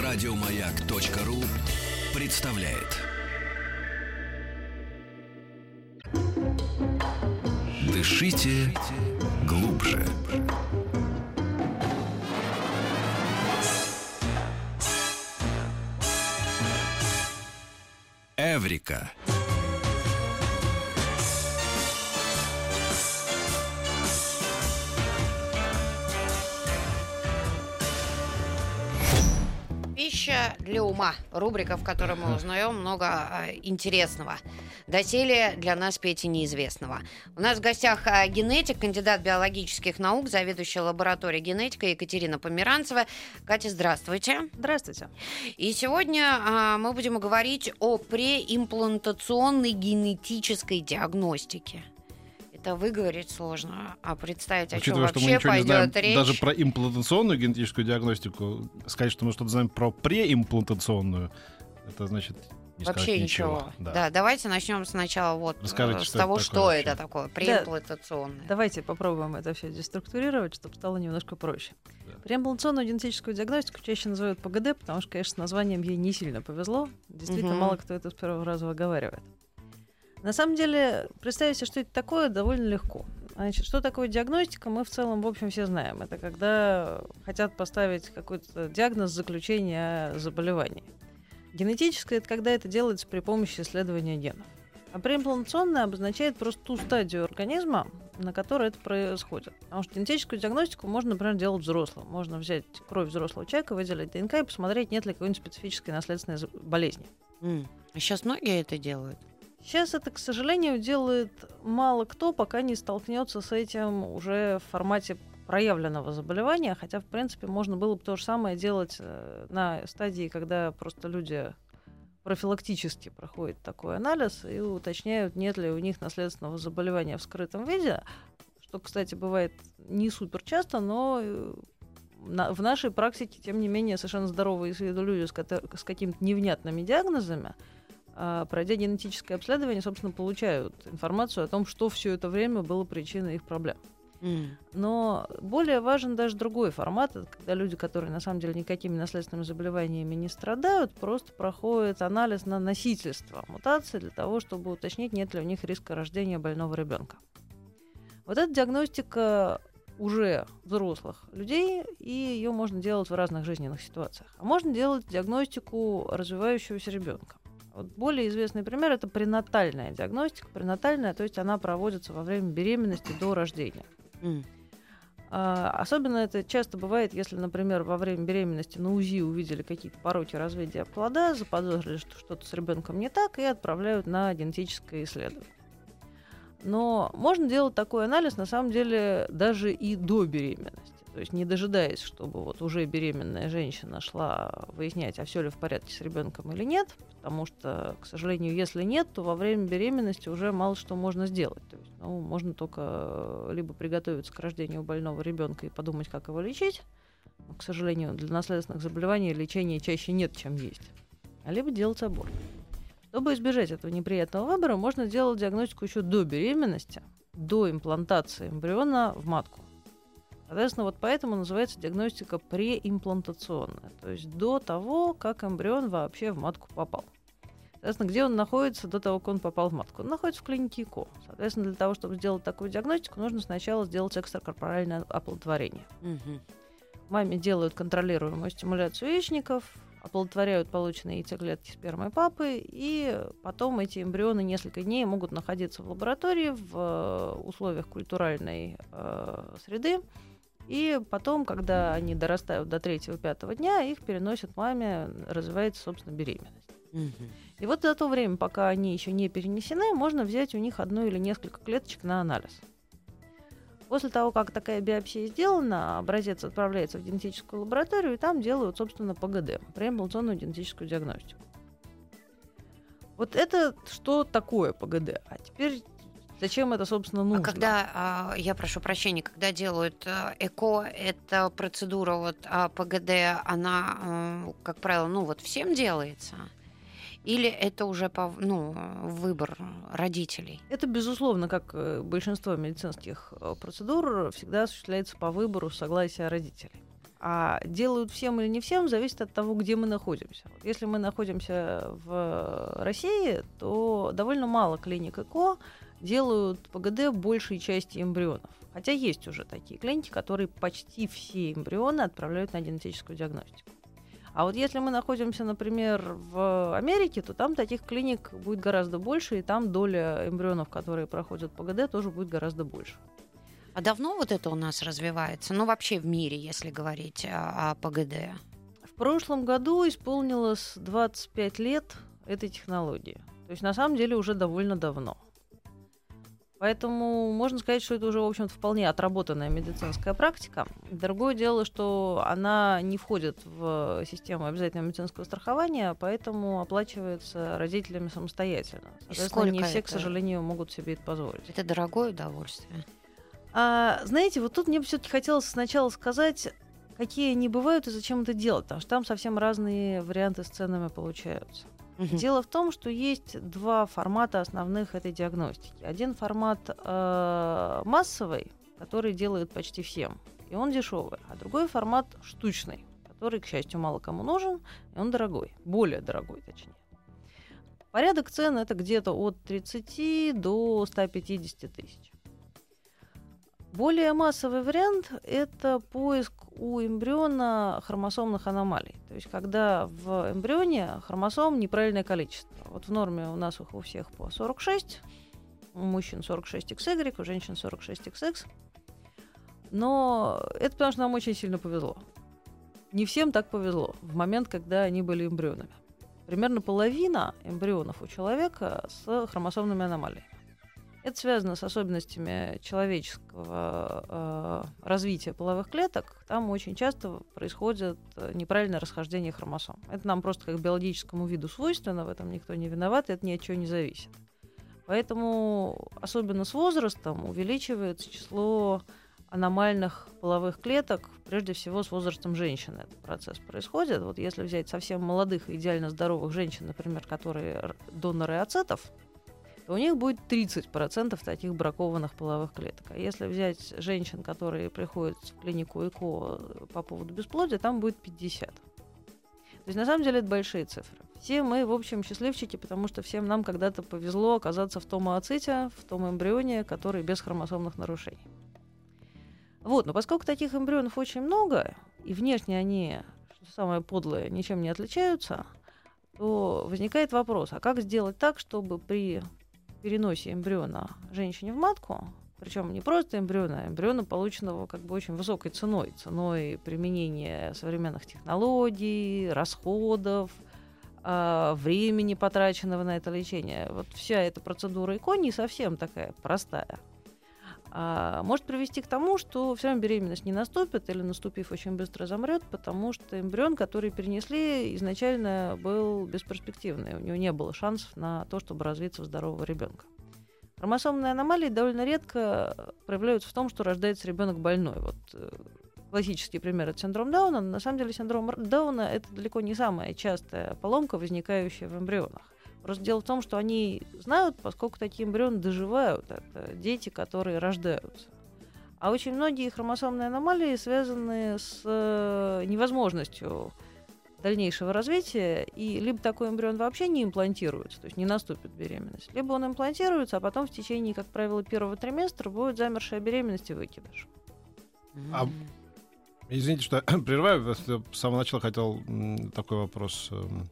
Радиомаяк.ру представляет. Дышите глубже. Эврика. Пища для ума. Рубрика, в которой мы узнаем много интересного. Доселе для нас, Пети, неизвестного. У нас в гостях генетик, кандидат биологических наук, заведующая лабораторией генетика Екатерина Померанцева. Катя, здравствуйте. Здравствуйте. И сегодня мы будем говорить о преимплантационной генетической диагностике. Это выговорить сложно, а представить, о чем вообще пойдет речь. Даже про имплантационную генетическую диагностику, сказать, что мы что-то знаем про преимплантационную, это значит не вообще ничего. Да, давайте начнем сначала расскажите, с того, что это такое преимплантационное. Давайте попробуем это все деструктурировать, чтобы стало немножко проще. Да. Преимплантационную генетическую диагностику чаще называют ПГД, потому что, конечно, с названием ей не сильно повезло. Действительно, мало кто это с первого раза выговаривает. На самом деле, представить себе, что это такое, довольно легко. Значит, что такое диагностика, мы в целом, в общем, все знаем. Это когда хотят поставить какой-то диагноз, заключение о заболевании. Генетическое — это когда это делается при помощи исследования генов. А преимплантационное обозначает просто ту стадию организма, на которой это происходит. Потому что генетическую диагностику можно, например, делать взрослым. Можно взять кровь взрослого человека, выделить ДНК и посмотреть, нет ли какой-нибудь специфической наследственной болезни. А сейчас многие это делают? Сейчас это, к сожалению, делает мало кто, пока не столкнется с этим уже в формате проявленного заболевания, хотя, в принципе, можно было бы то же самое делать на стадии, когда просто люди профилактически проходят такой анализ и уточняют, нет ли у них наследственного заболевания в скрытом виде, что, кстати, бывает не супер часто, но в нашей практике, тем не менее, совершенно здоровые люди с какими-то невнятными диагнозами, пройдя генетическое обследование, собственно, получают информацию о том, что все это время было причиной их проблем. Но более важен даже другой формат, когда люди, которые на самом деле никакими наследственными заболеваниями не страдают, просто проходят анализ на носительство мутаций для того, чтобы уточнить, нет ли у них риска рождения больного ребенка. Вот эта диагностика уже взрослых людей, и ее можно делать в разных жизненных ситуациях. А можно делать диагностику развивающегося ребенка. Вот более известный пример — это пренатальная диагностика. Пренатальная, то есть она проводится во время беременности до рождения. Особенно это часто бывает, если, например, во время беременности на УЗИ увидели какие-то пороки развития плода, заподозрили, что что-то с ребенком не так, и отправляют на генетическое исследование. Но можно делать такой анализ, на самом деле, даже и до беременности. То есть не дожидаясь, чтобы вот уже беременная женщина шла выяснять, а все ли в порядке с ребенком или нет, потому что, к сожалению, если нет, то во время беременности уже мало что можно сделать. То есть, можно только либо приготовиться к рождению больного ребенка и подумать, как его лечить. Но, к сожалению, для наследственных заболеваний лечения чаще нет, чем есть. Либо делать аборт. Чтобы избежать этого неприятного выбора, можно делать диагностику еще до беременности, до имплантации эмбриона в матку. Соответственно, вот поэтому называется диагностика преимплантационная, то есть до того, как эмбрион вообще в матку попал. Соответственно, где он находится до того, как он попал в матку? Он находится в клинике ЭКО. Соответственно, для того, чтобы сделать такую диагностику, нужно сначала сделать экстракорпоральное оплодотворение. Маме делают контролируемую стимуляцию яичников, оплодотворяют полученные яйцеклетки спермы папы, и потом эти эмбрионы несколько дней могут находиться в лаборатории в условиях культуральной среды. И потом, когда они дорастают до 3-5 дня, их переносят маме, развивается, собственно, беременность. И вот за то время, пока они еще не перенесены, можно взять у них одну или несколько клеточек на анализ. После того, как такая биопсия сделана, образец отправляется в генетическую лабораторию, и там делают, собственно, ПГД, преимплантационную генетическую диагностику. Вот это что такое ПГД? А теперь зачем это, собственно, нужно? А когда, я прошу прощения, когда делают ЭКО, эта процедура ПГД, она, как правило, всем делается? Или это уже выбор родителей? Это, безусловно, как большинство медицинских процедур, всегда осуществляется по выбору согласия родителей. А делают всем или не всем, зависит от того, где мы находимся. Вот если мы находимся в России, то довольно мало клиник ЭКО делают ПГД большей части эмбрионов. Хотя есть уже такие клиники, которые почти все эмбрионы отправляют на генетическую диагностику. А вот если мы находимся, например, в Америке, то там таких клиник будет гораздо больше, и там доля эмбрионов, которые проходят ПГД, тоже будет гораздо больше. А давно вот это у нас развивается? Ну, вообще в мире, если говорить о ПГД. В прошлом году исполнилось 25 лет этой технологии. То есть, на самом деле, уже довольно давно. Поэтому можно сказать, что это уже, в общем-то, вполне отработанная медицинская практика. Другое дело, что она не входит в систему обязательного медицинского страхования, поэтому оплачивается родителями самостоятельно. Соответственно, не все, к сожалению, могут себе это позволить. Это дорогое удовольствие. Знаете, вот тут мне все-таки хотелось сначала сказать, какие они бывают и зачем это делать, потому что там совсем разные варианты с ценами получаются. Дело в том, что есть два формата основных этой диагностики. Один формат массовый, который делают почти всем, и он дешевый, а другой формат штучный, который, к счастью, мало кому нужен, и он дорогой, более дорогой, точнее. Порядок цен — это где-то от 30 до 150 тысяч. Более массовый вариант — это поиск у эмбриона хромосомных аномалий. То есть когда в эмбрионе хромосом неправильное количество. Вот в норме у нас их у всех по 46, у мужчин 46XY, у женщин 46XX. Но это потому, что нам очень сильно повезло. Не всем так повезло в момент, когда они были эмбрионами. Примерно половина эмбрионов у человека с хромосомными аномалиями. Это связано с особенностями человеческого развития половых клеток. Там очень часто происходит неправильное расхождение хромосом. Это нам просто как биологическому виду свойственно, в этом никто не виноват, и это ни от чего не зависит. Поэтому, особенно с возрастом, увеличивается число аномальных половых клеток, прежде всего с возрастом женщины этот процесс происходит. Вот если взять совсем молодых и идеально здоровых женщин, например, которые доноры ацетов, то у них будет 30% таких бракованных половых клеток. А если взять женщин, которые приходят в клинику ЭКО по поводу бесплодия, там будет 50%. То есть, на самом деле, это большие цифры. Все мы, в общем, счастливчики, потому что всем нам когда-то повезло оказаться в том ооците, в том эмбрионе, который без хромосомных нарушений. Вот, но поскольку таких эмбрионов очень много, и внешне они, что самое подлое, ничем не отличаются, то возникает вопрос, а как сделать так, чтобы при переносе эмбриона женщине в матку, причем не просто эмбриона, а эмбриона, полученного как бы очень высокой ценой применения современных технологий, расходов, времени, потраченного на это лечение. Вот вся эта процедура ЭКО не совсем такая простая. Может привести к тому, что все равно беременность не наступит или, наступив, очень быстро замрет, потому что эмбрион, который перенесли, изначально был бесперспективный. У него не было шансов на то, чтобы развиться в здорового ребенка. Хромосомные аномалии довольно редко проявляются в том, что рождается ребенок больной. Вот классический пример — это синдром Дауна. Но на самом деле синдром Дауна — это далеко не самая частая поломка, возникающая в эмбрионах. Просто дело в том, что они знают, поскольку такие эмбрионы доживают, это дети, которые рождаются. А очень многие хромосомные аномалии связаны с невозможностью дальнейшего развития, и либо такой эмбрион вообще не имплантируется, то есть не наступит беременность, либо он имплантируется, а потом в течение, как правило, первого триместра будет замершая беременность и выкидыш. Извините, что прерываю. С самого начала хотел такой вопрос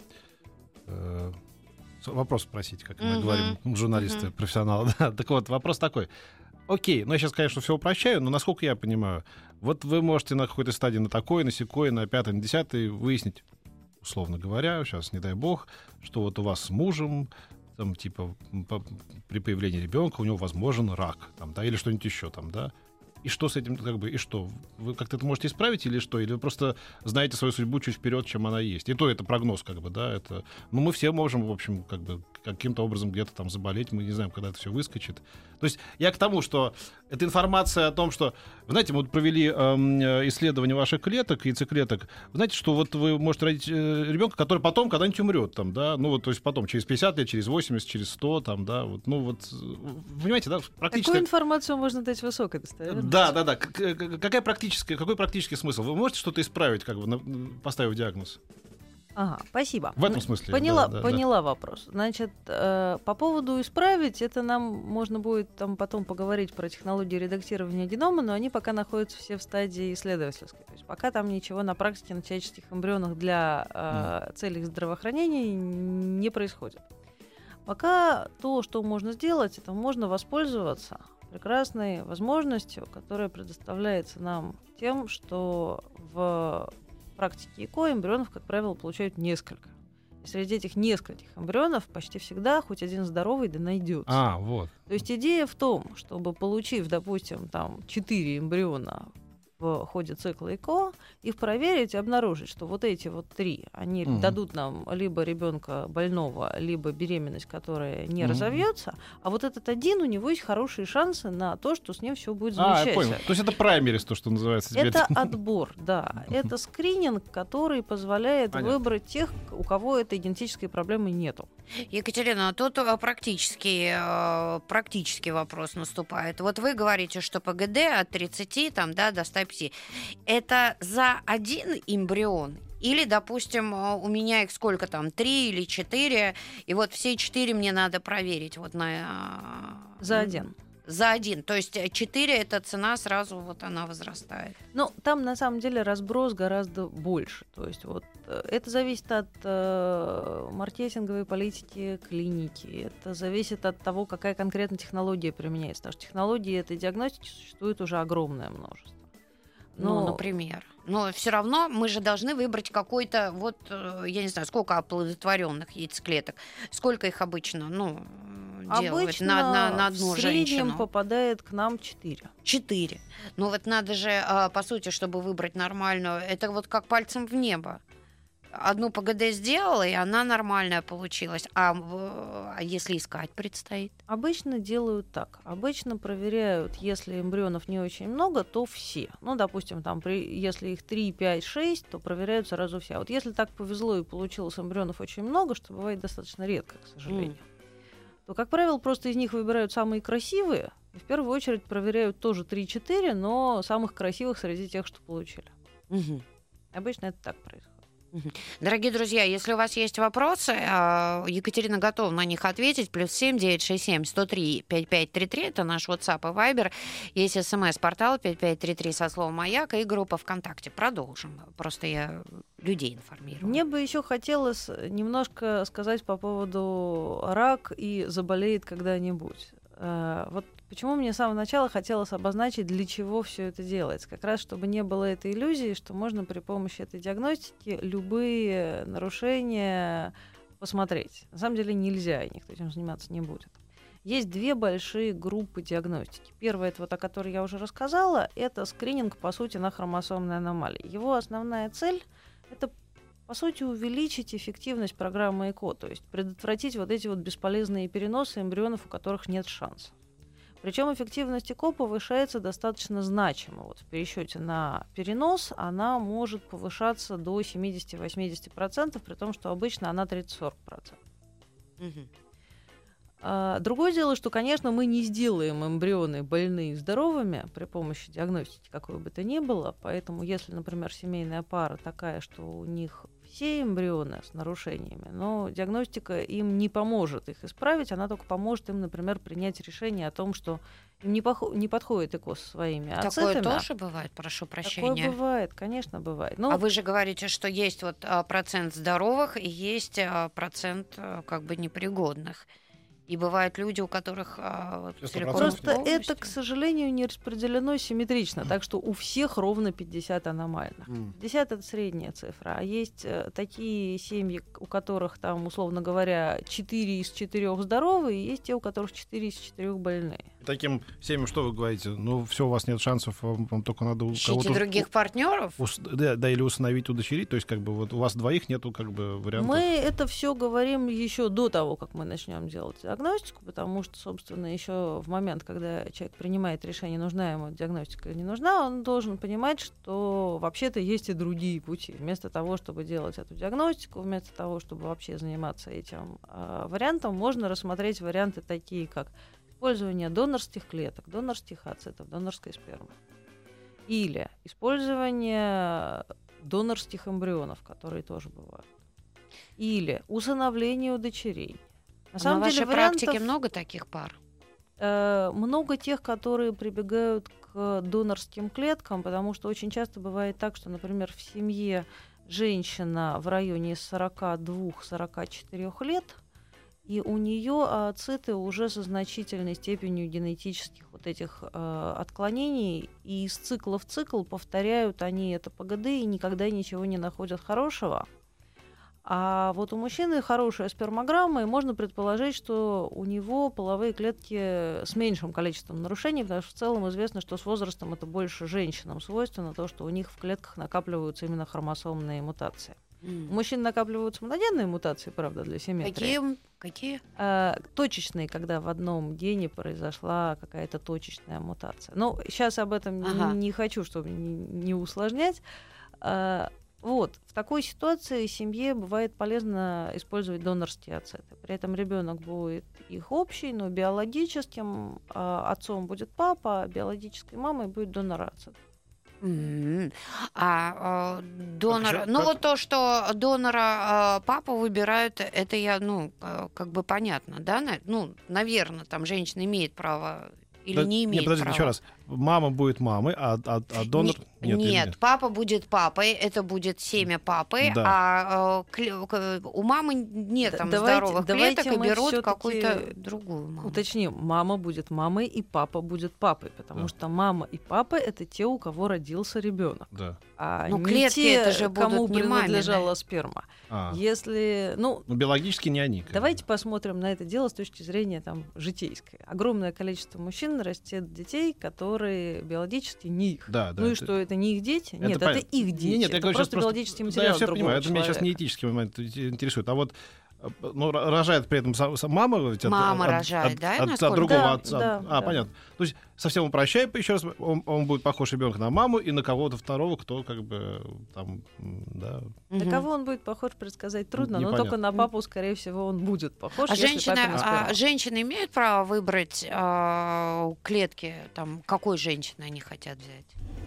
спросить, как мы говорим, журналисты, профессионалы. Да. Так вот, вопрос такой. Окей, я сейчас, конечно, все упрощаю, но насколько я понимаю, вот вы можете на какой-то стадии на такой, на сякой, на 5-й, на 10-й выяснить, условно говоря, сейчас, не дай бог, что вот у вас с мужем, там, типа, при появлении ребенка у него возможен рак, там, да, или что-нибудь еще там, да. И что с этим, как бы, и что? Вы как-то это можете исправить или что? Или вы просто знаете свою судьбу чуть вперед, чем она есть? И то это прогноз, как бы, да, это... Ну, мы все можем, в общем, как бы, каким-то образом где-то там заболеть, мы не знаем, когда это все выскочит. То есть я к тому, что эта информация о том, что... Вы знаете, мы вот провели исследование ваших клеток, яйцеклеток. Вы знаете, что вот вы можете родить ребенка, который потом когда-нибудь умрет, там, да, ну, вот, то есть потом, через 50 лет, через 80, через 100, там, да, вот, ну, вот, понимаете, да, практически... Такую информацию можно дать высокой достоверности. Да. Какой практический смысл? Вы можете что-то исправить, как бы поставив диагноз? Ага, спасибо. В этом смысле. Поняла вопрос. Значит, по поводу исправить, это нам можно будет там потом поговорить про технологии редактирования генома, но они пока находятся все в стадии исследовательской. То есть пока там ничего на практике на человеческих эмбрионах для целей здравоохранения не происходит. Пока то, что можно сделать, это можно воспользоваться прекрасной возможностью, которая предоставляется нам тем, что в практике ЭКО эмбрионов, как правило, получают несколько. И среди этих нескольких эмбрионов почти всегда хоть один здоровый да найдется. Вот. То есть идея в том, чтобы, получив, допустим, там 4 эмбриона в ходе цикла ЭКО, их проверить и обнаружить, что вот эти вот 3, они дадут нам либо ребенка больного, либо беременность, которая не разовьется, а вот этот один, у него есть хорошие шансы на то, что с ним все будет замечательно. Я понял. То есть это праймерис, то, что называется. Это отбор, да. Это скрининг, который позволяет выбрать тех, у кого этой генетической проблемы нету. Екатерина, тут практический вопрос наступает. Вот вы говорите, что ПГД от 30 до 150. Это за один эмбрион? Или, допустим, у меня их сколько там, 3 или 4, и вот все 4 мне надо проверить. Вот За один. За один. То есть 4 эта цена сразу вот она возрастает. Ну, там на самом деле разброс гораздо больше. То есть вот это зависит от маркетинговой политики клиники. Это зависит от того, какая конкретно технология применяется. Потому что технологий этой диагностики существует уже огромное множество. Например. Но все равно мы же должны выбрать какой-то, вот, я не знаю, сколько оплодотворенных яйцеклеток, сколько их обычно, делают на одну в среднем женщину. Попадает к нам 4. 4. Ну вот надо же, по сути, чтобы выбрать нормальную, это вот как пальцем в небо. Одну ПГД сделала, и она нормальная получилась. А если искать предстоит? Обычно делают так. Обычно проверяют, если эмбрионов не очень много, то все. Допустим, если их 3, 5, 6, то проверяют сразу все. А вот если так повезло и получилось эмбрионов очень много, что бывает достаточно редко, к сожалению, то, как правило, просто из них выбирают самые красивые. И в первую очередь проверяют тоже 3-4, но самых красивых среди тех, что получили. Обычно это так происходит. Дорогие друзья, если у вас есть вопросы, Екатерина готова на них ответить. +7 967 103 5533. Это наш WhatsApp и Viber. Есть СМС-портал 5533 со словом «Маяк» и группа ВКонтакте. Продолжим. Просто я людей информирую. Мне бы еще хотелось немножко сказать по поводу рак и заболеет когда-нибудь. Вот почему мне с самого начала хотелось обозначить, для чего все это делается. Как раз, чтобы не было этой иллюзии, что можно при помощи этой диагностики любые нарушения посмотреть. На самом деле нельзя, и никто этим заниматься не будет. Есть 2 большие группы диагностики. Первая, это вот о которой я уже рассказала, это скрининг, по сути, на хромосомные аномалии. Его основная цель — это, по сути, увеличить эффективность программы ЭКО, то есть предотвратить вот эти вот бесполезные переносы эмбрионов, у которых нет шанса. Причем эффективность ЭКО повышается достаточно значимо. Вот в пересчете на перенос она может повышаться до 70-80%, при том, что обычно она 30-40%. Другое дело, что, конечно, мы не сделаем эмбрионы больные и здоровыми при помощи диагностики, какой бы то ни было. Поэтому, если, например, семейная пара такая, что у них все эмбрионы с нарушениями, но диагностика им не поможет их исправить, она только поможет им, например, принять решение о том, что им не подходит ЭКО со своими ацетами. Такое тоже бывает, прошу прощения? Такое бывает, конечно, бывает. А вы же говорите, что есть вот процент здоровых и есть процент как бы непригодных. И бывают люди, у которых целиком просто это, к сожалению, не распределено симметрично, так что у всех ровно 50 аномальных. 50 — это средняя цифра, а есть такие семьи, у которых там, условно говоря, 4 из 4 здоровые, и есть те, у которых 4 из 4 больные. Таким семьям что вы говорите? Все, у вас нет шансов, вам только надо у кого-то... других партнеров? Да, или усыновить, удочерить, то есть как бы вот у вас двоих нету как бы вариантов. Мы это все говорим еще до того, как мы начнем делать диагностику, потому что, собственно, еще в момент, когда человек принимает решение, нужна ему диагностика или не нужна, он должен понимать, что вообще-то есть и другие пути. Вместо того, чтобы делать эту диагностику, вместо того, чтобы вообще заниматься этим вариантом, можно рассмотреть варианты такие, как использование донорских клеток, донорских ооцитов, донорской спермы. Или использование донорских эмбрионов, которые тоже бывают. Или усыновление у дочерей. На самом деле, в вашей практике много таких пар? Много тех, которые прибегают к донорским клеткам, потому что очень часто бывает так, что, например, в семье женщина в районе 42-44 лет, и у нее ооциты уже со значительной степенью генетических вот этих отклонений, и из цикла в цикл повторяют они это ПГД и никогда ничего не находят хорошего. А вот у мужчины хорошая спермограмма, и можно предположить, что у него половые клетки с меньшим количеством нарушений, потому что в целом известно, что с возрастом это больше женщинам свойственно, то, что у них в клетках накапливаются именно хромосомные мутации. У мужчин накапливаются моногенные мутации, правда, для симметрии. Какие? Точечные, когда в одном гене произошла какая-то точечная мутация. Но сейчас об этом не хочу, чтобы не усложнять. Вот. В такой ситуации семье бывает полезно использовать донорские ооциты. При этом ребенок будет их общий, но биологическим отцом будет папа, а биологической мамой будет донор ооцит. Донор... Вот то, что донора папа выбирают, это я, как бы понятно, да? Наверное, там женщина имеет право или не имеет права. Подождите, еще раз. Мама будет мамой, а донор... Нет, папа будет папой, это будет семя папы, да. А у мамы нет здоровых клеток и берут какую-то другую маму. Уточним, мама будет мамой и папа будет папой, потому что мама и папа — это те, у кого родился ребенок. Да. А не клетки те, это же кому будут принадлежала сперма. Если, биологически не они. Давайте посмотрим на это дело с точки зрения житейской. Огромное количество мужчин растет детей, которые биологически не их. Да, и что, это не их дети? Нет, это их дети. Нет, это просто биологический материал. Я все понимаю, это меня сейчас не этический момент интересует. А вот рожает при этом мама рожает, да? От другого отца. Да. Понятно. То есть совсем упрощая, еще раз, он будет похож ребенок на маму и на кого-то второго, кто там, да. На кого он будет похож, предсказать трудно, но только на папу, скорее всего, он будет похож. Женщины имеют право выбрать клетки, какой женщины они хотят взять?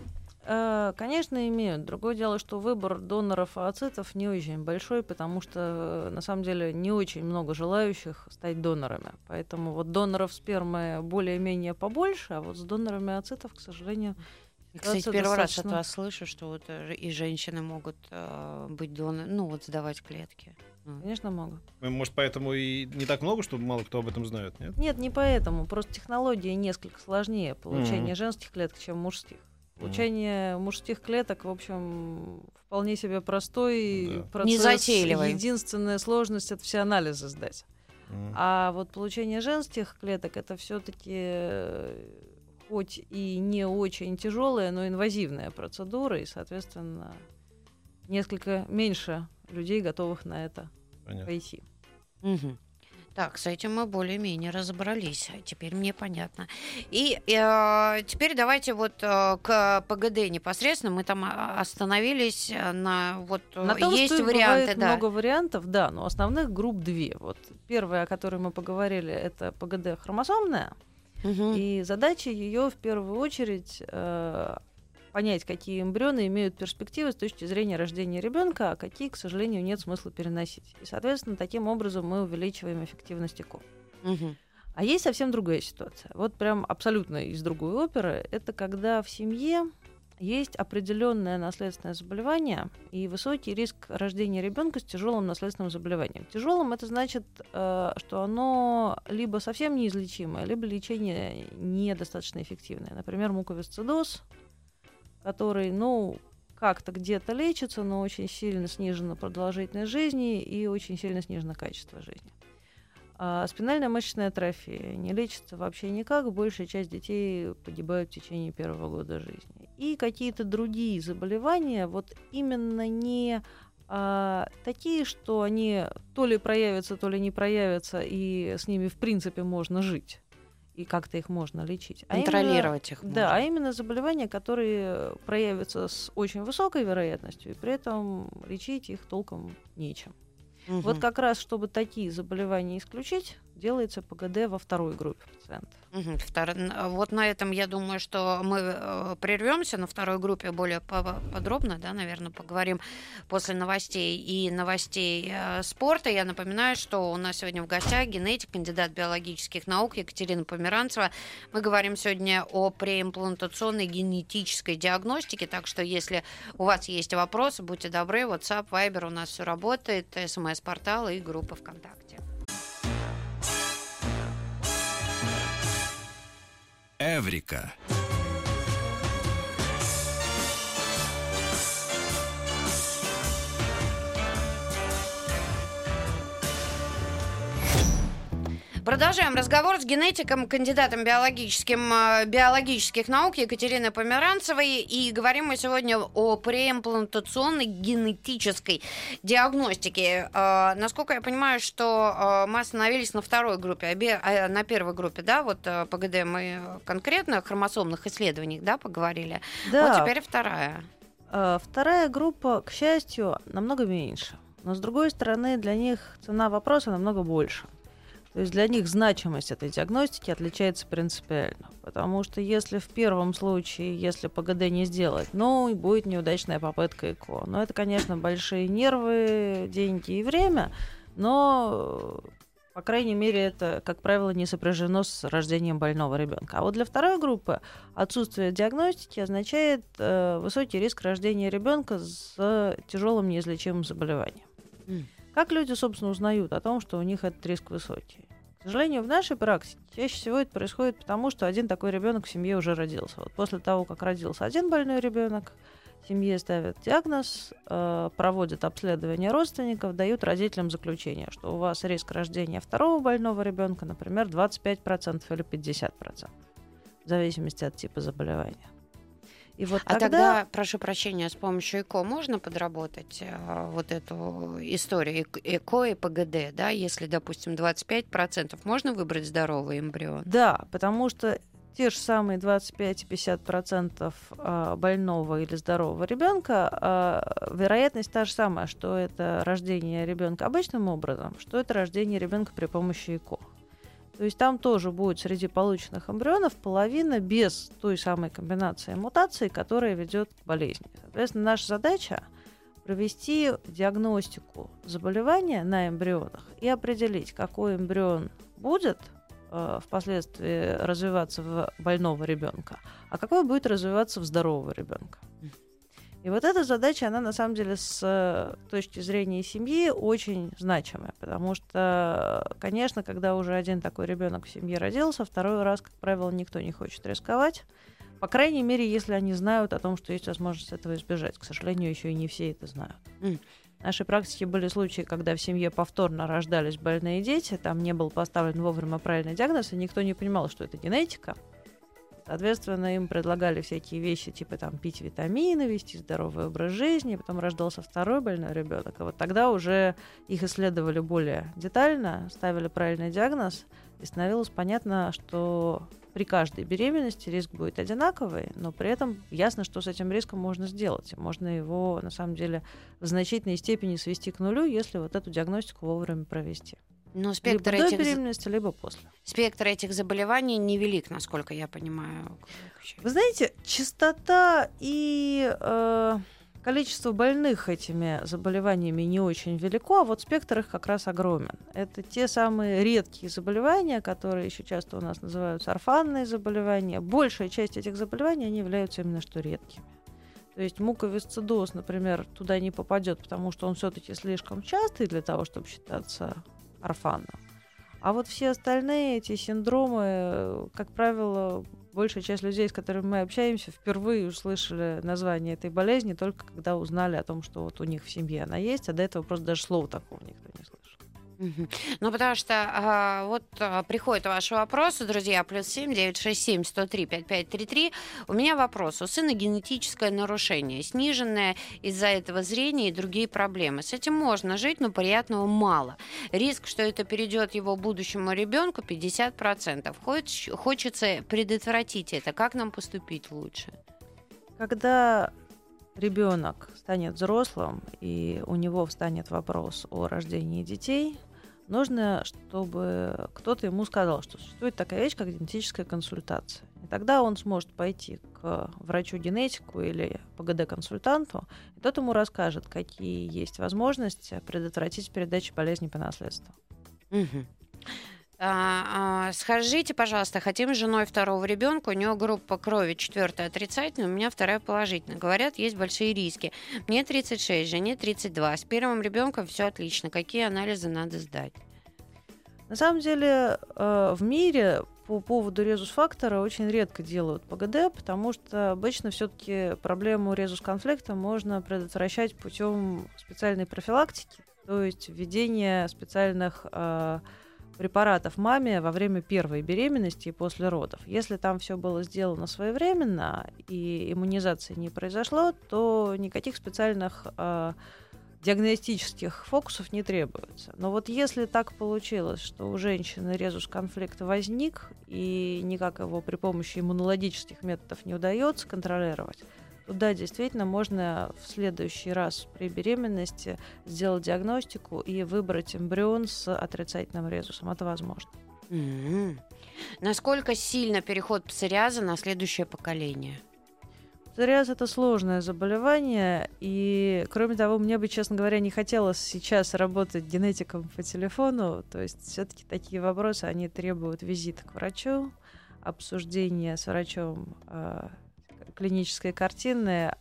Конечно, имеют. Другое дело, что выбор доноров ооцитов не очень большой, потому что, на самом деле, не очень много желающих стать донорами. Поэтому вот доноров спермы более-менее побольше, а вот с донорами ооцитов, к сожалению, кстати, первый раз от вас слышу, что и женщины могут быть донорами, сдавать клетки. Конечно, могут. Может, поэтому и не так много, что мало кто об этом знает, нет? Нет, не поэтому. Просто технология несколько сложнее получения женских клеток, чем мужских. Получение мужских клеток, в общем, вполне себе простой процесс. Незатейливый. Единственная сложность — это все анализы сдать. А вот получение женских клеток — это все-таки хоть и не очень тяжелая, но инвазивная процедура, и, соответственно, несколько меньше людей, готовых на это пойти. Так, с этим мы более-менее разобрались. Теперь мне понятно. И теперь давайте к ПГД непосредственно. Мы там остановились на том, есть что варианты. Бывает много вариантов, да, но основных групп две. Первая, о которой мы поговорили, это ПГД хромосомная. И задача ее в первую очередь понять, какие эмбрионы имеют перспективы с точки зрения рождения ребенка, а какие, к сожалению, нет смысла переносить. И, соответственно, таким образом мы увеличиваем эффективность ЭКО. А есть совсем другая ситуация. Прям абсолютно из другой оперы. Это когда в семье есть определенное наследственное заболевание и высокий риск рождения ребенка с тяжелым наследственным заболеванием. Тяжелым — это значит, что оно либо совсем неизлечимое, либо лечение недостаточно эффективное. Например, муковисцидоз, который, как-то где-то лечится, но очень сильно снижена продолжительность жизни и очень сильно снижено качество жизни. А спинальная мышечная атрофия не лечится вообще никак, большая часть детей погибают в течение первого года жизни. И какие-то другие заболевания, именно не такие, что они то ли проявятся, то ли не проявятся, и с ними в принципе можно жить. И как-то их можно лечить. Контролировать их можно. Да, а именно заболевания, которые проявятся с очень высокой вероятностью, и при этом лечить их толком нечем. Как раз, чтобы такие заболевания исключить, делается ПГД во второй группе пациентов. Вот на этом, я думаю, что мы прервемся. На второй группе более подробно, да, наверное, поговорим после новостей и новостей спорта. Я напоминаю, что у нас сегодня в гостях генетик, кандидат биологических наук Екатерина Померанцева. Мы говорим сегодня о преимплантационной генетической диагностике, так что если у вас есть вопросы, будьте добры, WhatsApp, Viber, у нас все работает, СМС-портал и группа ВКонтакте. Эврика. Продолжаем разговор с генетиком, кандидатом биологических наук Екатериной Померанцевой. И говорим мы сегодня о преимплантационной генетической диагностике. Насколько я понимаю, что мы остановились на второй группе, на первой группе, да, вот ПГД мы конкретно о хромосомных исследованиях, да, поговорили. Да. Вот теперь вторая. Вторая группа, к счастью, намного меньше. Но, с другой стороны, для них цена вопроса намного больше. То есть для них значимость этой диагностики отличается принципиально. Потому что если в первом случае, если ПГД не сделать, и будет неудачная попытка ЭКО. Но это, конечно, большие нервы, деньги и время, но, по крайней мере, это, как правило, не сопряжено с рождением больного ребенка. А вот для второй группы отсутствие диагностики означает высокий риск рождения ребенка с тяжелым неизлечимым заболеванием. Как люди, собственно, узнают о том, что у них этот риск высокий? К сожалению, в нашей практике чаще всего это происходит потому, что один такой ребенок в семье уже родился. Вот после того, как родился один больной ребенок, семье ставят диагноз, проводят обследование родственников, дают родителям заключение, что у вас риск рождения второго больного ребенка, например, 25% или 50%, в зависимости от типа заболевания. И вот тогда, прошу прощения, с помощью ЭКО можно подработать вот эту историю ЭКО и ПГД, да, если, допустим, 25%, можно выбрать здоровый эмбрион? Да, потому что те же самые 25-50% больного или здорового ребенка, вероятность та же самая, что это рождение ребенка обычным образом, что это рождение ребенка при помощи ЭКО. То есть там тоже будет среди полученных эмбрионов половина без той самой комбинации мутаций, которая ведет к болезни. Соответственно, наша задача провести диагностику заболевания на эмбрионах и определить, какой эмбрион будет впоследствии развиваться в больного ребенка, а какой будет развиваться в здорового ребенка. И вот эта задача, она на самом деле с точки зрения семьи очень значимая, потому что, конечно, когда уже один такой ребенок в семье родился, второй раз, как правило, никто не хочет рисковать. По крайней мере, если они знают о том, что есть возможность этого избежать. К сожалению, еще и не все это знают. В нашей практике были случаи, когда в семье повторно рождались больные дети, там не был поставлен вовремя правильный диагноз, и никто не понимал, что это генетика. Соответственно, им предлагали всякие вещи, типа там пить витамины, вести здоровый образ жизни. Потом рождался второй больной ребенок. И вот тогда уже их исследовали более детально, ставили правильный диагноз, и становилось понятно, что при каждой беременности риск будет одинаковый, но при этом ясно, что с этим риском можно сделать. Можно его, на самом деле, в значительной степени свести к нулю, если вот эту диагностику вовремя провести. Но спектр либо до беременности, либо после. Спектр этих заболеваний невелик, насколько я понимаю. Вы знаете, частота и количество больных этими заболеваниями не очень велико, а вот спектр их как раз огромен. Это те самые редкие заболевания, которые еще часто у нас называются орфанные заболевания. Большая часть этих заболеваний, они являются именно что редкими. То есть муковисцидоз, например, туда не попадет, потому что он все-таки слишком частый для того, чтобы считаться орфаном. А вот все остальные эти синдромы, как правило, большая часть людей, с которыми мы общаемся, впервые услышали название этой болезни только когда узнали о том, что вот у них в семье она есть, а до этого просто даже слова такого никто не слышал. Ну, потому что приходят ваши вопросы, друзья, +7 967 103 5533. У меня вопрос. У сына генетическое нарушение, сниженное из-за этого зрение и другие проблемы. С этим можно жить, но приятного мало. Риск, что это перейдет его будущему ребенку, 50%. Хочется предотвратить это. Как нам поступить лучше? Когда ребенок станет взрослым, и у него встанет вопрос о рождении детей, нужно, чтобы кто-то ему сказал, что существует такая вещь, как генетическая консультация. И тогда он сможет пойти к врачу-генетику или ПГД-консультанту, и тот ему расскажет, какие есть возможности предотвратить передачу болезни по наследству. Мгм. Скажите, пожалуйста, хотим с женой второго ребенка, у нее группа крови 4 отрицательная, у меня 2 положительная. Говорят, есть большие риски. Мне 36, жене 32. С первым ребенком все отлично. Какие анализы надо сдать? На самом деле в мире по поводу резус-фактора очень редко делают ПГД, потому что обычно все-таки проблему резус-конфликта можно предотвращать путем специальной профилактики, то есть введения специальных препаратов маме во время первой беременности и после родов. Если там все было сделано своевременно и иммунизации не произошло, то никаких специальных диагностических фокусов не требуется. Но вот если так получилось, что у женщины резус-конфликт возник, и никак его при помощи иммунологических методов не удается контролировать, то да, действительно, можно в следующий раз при беременности сделать диагностику и выбрать эмбрион с отрицательным резусом. Это возможно. Насколько сильно переход псориаза на следующее поколение? Псориаз — это сложное заболевание, и, кроме того, мне бы, честно говоря, не хотелось сейчас работать генетиком по телефону, то есть все-таки такие вопросы, они требуют визита к врачу, обсуждения с врачом клинической картины,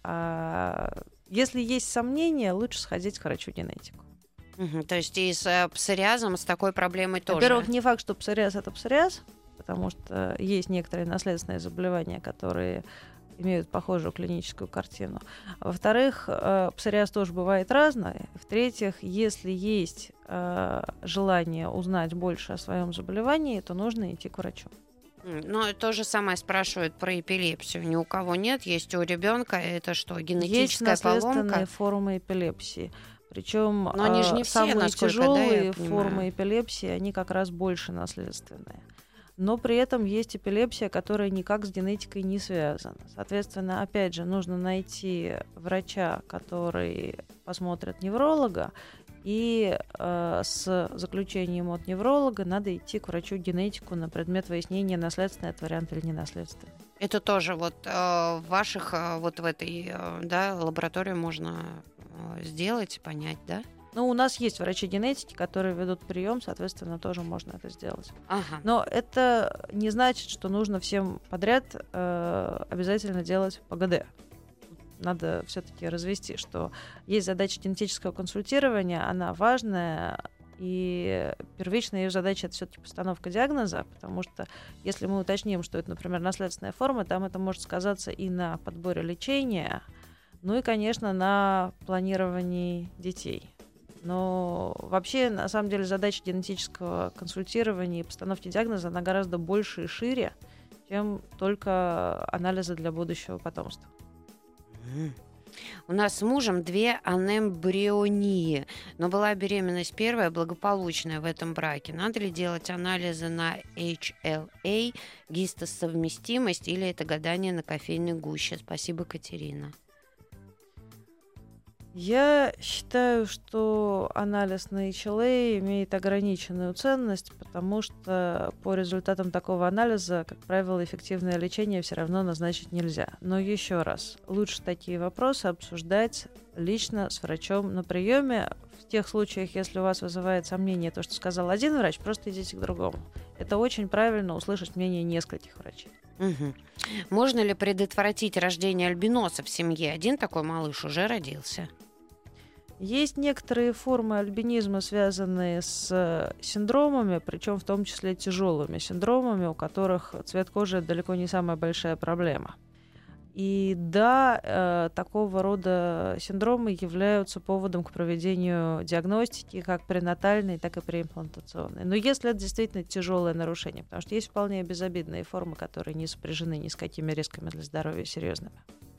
а если есть сомнения, лучше сходить к врачу-генетику. То есть и с псориазом, с такой проблемой тоже? Во-первых, не факт, что псориаз — это псориаз, потому что есть некоторые наследственные заболевания, которые имеют похожую клиническую картину. Во-вторых, псориаз тоже бывает разный. В-третьих, если есть желание узнать больше о своем заболевании, то нужно идти к врачу. Ну, то же самое спрашивают про эпилепсию. Ни у кого нет, есть у ребенка. Это что, генетическая есть наследственные поломка? формы эпилепсии. Причем они же не все, самые тяжелые формы формы эпилепсии, они как раз больше наследственные. Но при этом есть эпилепсия, которая никак с генетикой не связана. Соответственно, опять же, нужно найти врача, который посмотрит невролога, и с заключением от невролога надо идти к врачу-генетику на предмет выяснения, наследственный это вариант или ненаследственный. Это тоже вот в ваших, вот в этой лаборатории можно сделать, понять, да? Ну, у нас есть врачи-генетики, которые ведут прием, соответственно, тоже можно это сделать. Ага. Но это не значит, что нужно всем подряд обязательно делать ПГД. Надо все-таки развести, что есть задача генетического консультирования, она важная, и первичная ее задача — это все-таки постановка диагноза, потому что если мы уточним, что это, например, наследственная форма, там это может сказаться и на подборе лечения, ну и, конечно, на планировании детей. Но вообще, на самом деле, задача генетического консультирования и постановки диагноза, она гораздо больше и шире, чем только анализы для будущего потомства. У нас с мужем 2 анембрионии, но была беременность первая, благополучная в этом браке. Надо ли делать анализы на HLA, гистосовместимость, или это гадание на кофейной гуще? Спасибо, Катерина. Я считаю, что анализ на HLA имеет ограниченную ценность, потому что по результатам такого анализа, как правило, эффективное лечение все равно назначить нельзя. Но еще раз, лучше такие вопросы обсуждать лично с врачом на приеме. В тех случаях, если у вас вызывает сомнение то, что сказал один врач, просто идите к другому. Это очень правильно услышать мнение нескольких врачей. Угу. Можно ли предотвратить рождение альбиноса в семье? Один такой малыш уже родился. Есть некоторые формы альбинизма, связанные с синдромами, причем в том числе тяжелыми синдромами, у которых цвет кожи далеко не самая большая проблема. И да, такого рода синдромы являются поводом к проведению диагностики как пренатальной, так и преимплантационной. Но если это действительно тяжелое нарушение, потому что есть вполне безобидные формы, которые не сопряжены ни с какими рисками для здоровья серьезными.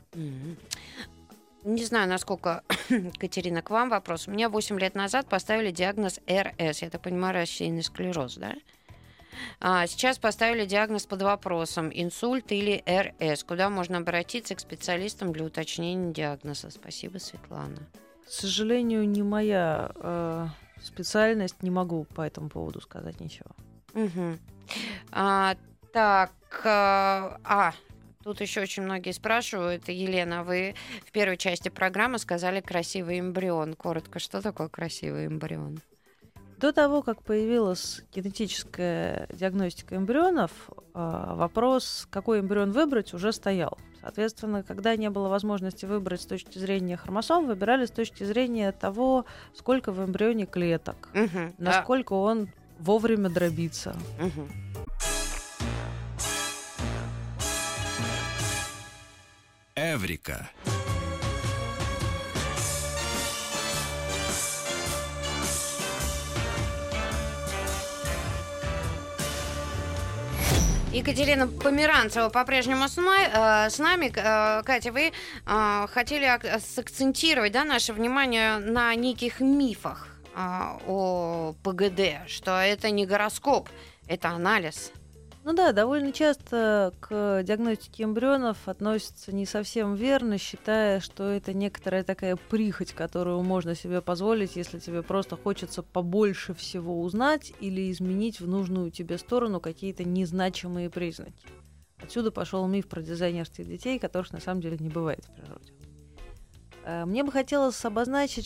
Не знаю, насколько, Катерина, к вам вопрос. У меня 8 лет назад поставили диагноз РС, я так понимаю, рассеянный склероз, да? Сейчас поставили диагноз под вопросом, инсульт или РС. Куда можно обратиться к специалистам для уточнения диагноза? Спасибо, Светлана. К сожалению, не моя специальность, не могу по этому поводу сказать ничего. Тут еще очень многие спрашивают. Елена, вы в первой части программы сказали «красивый эмбрион». Коротко, что такое красивый эмбрион? До того, как появилась генетическая диагностика эмбрионов, вопрос, какой эмбрион выбрать, уже стоял. Соответственно, когда не было возможности выбрать с точки зрения хромосом, выбирали с точки зрения того, сколько в эмбрионе клеток, насколько он вовремя дробится. Эврика. Екатерина Померанцева по-прежнему с нами. Катя, вы хотели сакцентировать, да, наше внимание на неких мифах о ПГД, что это не гороскоп, это анализ. Ну да, довольно часто к диагностике эмбрионов относятся не совсем верно, считая, что это некоторая такая прихоть, которую можно себе позволить, если тебе просто хочется побольше всего узнать или изменить в нужную тебе сторону какие-то незначимые признаки. Отсюда пошел миф про дизайнерских детей, которых на самом деле не бывает в природе. Мне бы хотелось обозначить,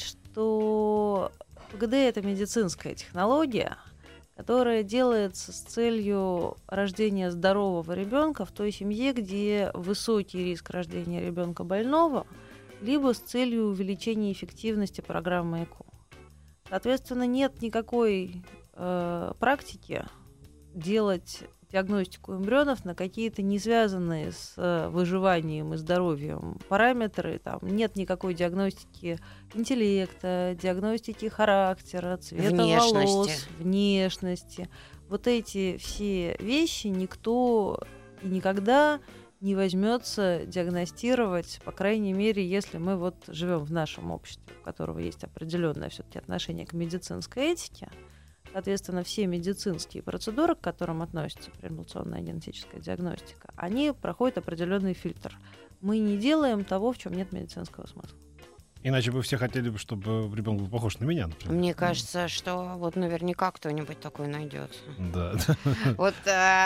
что ПГД — это медицинская технология, которая делается с целью рождения здорового ребенка в той семье, где высокий риск рождения ребенка больного, либо с целью увеличения эффективности программы ЭКО. Соответственно, нет никакой практики делать диагностику эмбрионов на какие-то не связанные с выживанием и здоровьем параметры. Там нет никакой диагностики интеллекта, диагностики характера, цвета волос, внешности. Вот эти все вещи никто и никогда не возьмется диагностировать, по крайней мере, если мы вот живем в нашем обществе, у которого есть определенное все-таки отношение к медицинской этике. Соответственно, все медицинские процедуры, к которым относится преэмбрионная генетическая диагностика, они проходят определенный фильтр. Мы не делаем того, в чем нет медицинского смысла. Иначе бы все хотели, чтобы ребенок был похож на меня, например. Мне кажется, что вот наверняка кто-нибудь такой найдется. Да. Вот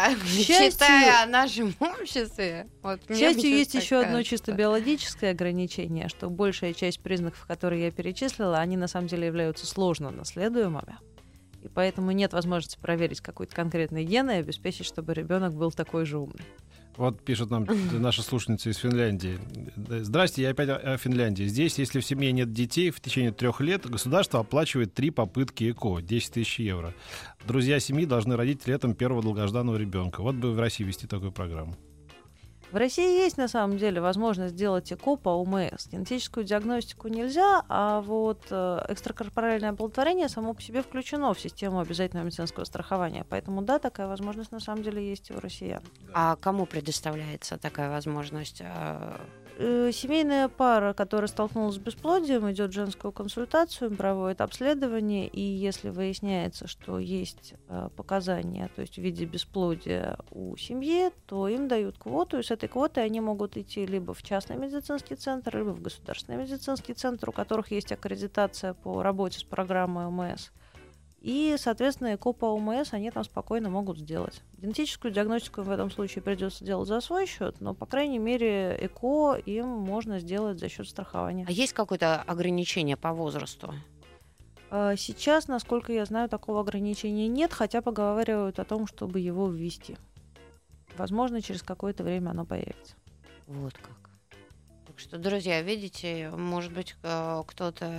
считая о нашем обществе. К счастью, есть еще одно чисто биологическое ограничение, что большая часть признаков, которые я перечислила, они на самом деле являются сложно наследуемыми. И поэтому нет возможности проверить какой-то конкретный ген и обеспечить, чтобы ребенок был такой же умный. Вот пишет нам наша слушательница из Финляндии. Здрасте, я опять о Финляндии. Здесь, если в семье нет детей, в течение 3 лет государство оплачивает 3 попытки ЭКО, 10 тысяч евро. Друзья семьи должны родить летом первого долгожданного ребенка. Вот бы в России вести такую программу. В России есть, на самом деле, возможность сделать ЭКО по ОМС. Генетическую диагностику нельзя, а вот экстракорпоральное оплодотворение само по себе включено в систему обязательного медицинского страхования. Поэтому, да, такая возможность на самом деле есть и у россиян. А кому предоставляется такая возможность? Семейная пара, которая столкнулась с бесплодием, идет в женскую консультацию, проводит обследование, и если выясняется, что есть показания, то есть в виде бесплодия у семьи, то им дают квоту, и с этой квотой они могут идти либо в частный медицинский центр, либо в государственный медицинский центр, у которых есть аккредитация по работе с программой ОМС. И, соответственно, ЭКО по ОМС они там спокойно могут сделать. Генетическую диагностику в этом случае придется делать за свой счет, но, по крайней мере, ЭКО им можно сделать за счет страхования. А есть какое-то ограничение по возрасту? Сейчас, насколько я знаю, такого ограничения нет, хотя поговаривают о том, чтобы его ввести. Возможно, через какое-то время оно появится. Вот как. Так что, друзья, видите, может быть, кто-то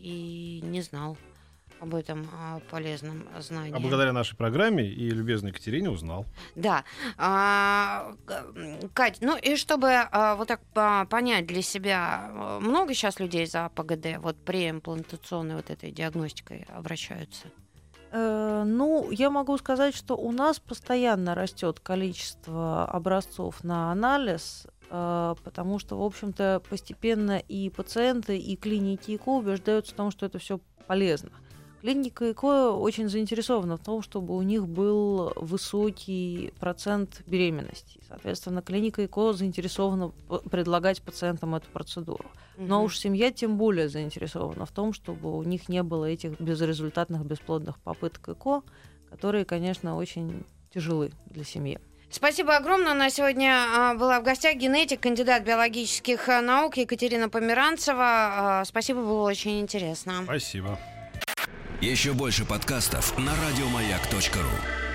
и не знал об этом полезном знании. А благодаря нашей программе и любезной Екатерине узнал. Да. Кать, ну и чтобы вот так понять для себя, много сейчас людей за ПГД, вот преимплантационной вот этой диагностикой обращаются? Ну, я могу сказать, что у нас постоянно растет количество образцов на анализ, потому что, в общем-то, постепенно и пациенты, и клиники ЭКО убеждаются в том, что это все полезно. Клиника ЭКО очень заинтересована в том, чтобы у них был высокий процент беременности. Соответственно, клиника ЭКО заинтересована предлагать пациентам эту процедуру. Но уж семья тем более заинтересована в том, чтобы у них не было этих безрезультатных бесплодных попыток ЭКО, которые, конечно, очень тяжелы для семьи. Спасибо огромное. У нас сегодня была в гостях генетик, кандидат биологических наук Екатерина Померанцева. Спасибо, было очень интересно. Спасибо. Еще больше подкастов на радиомаяк.ру.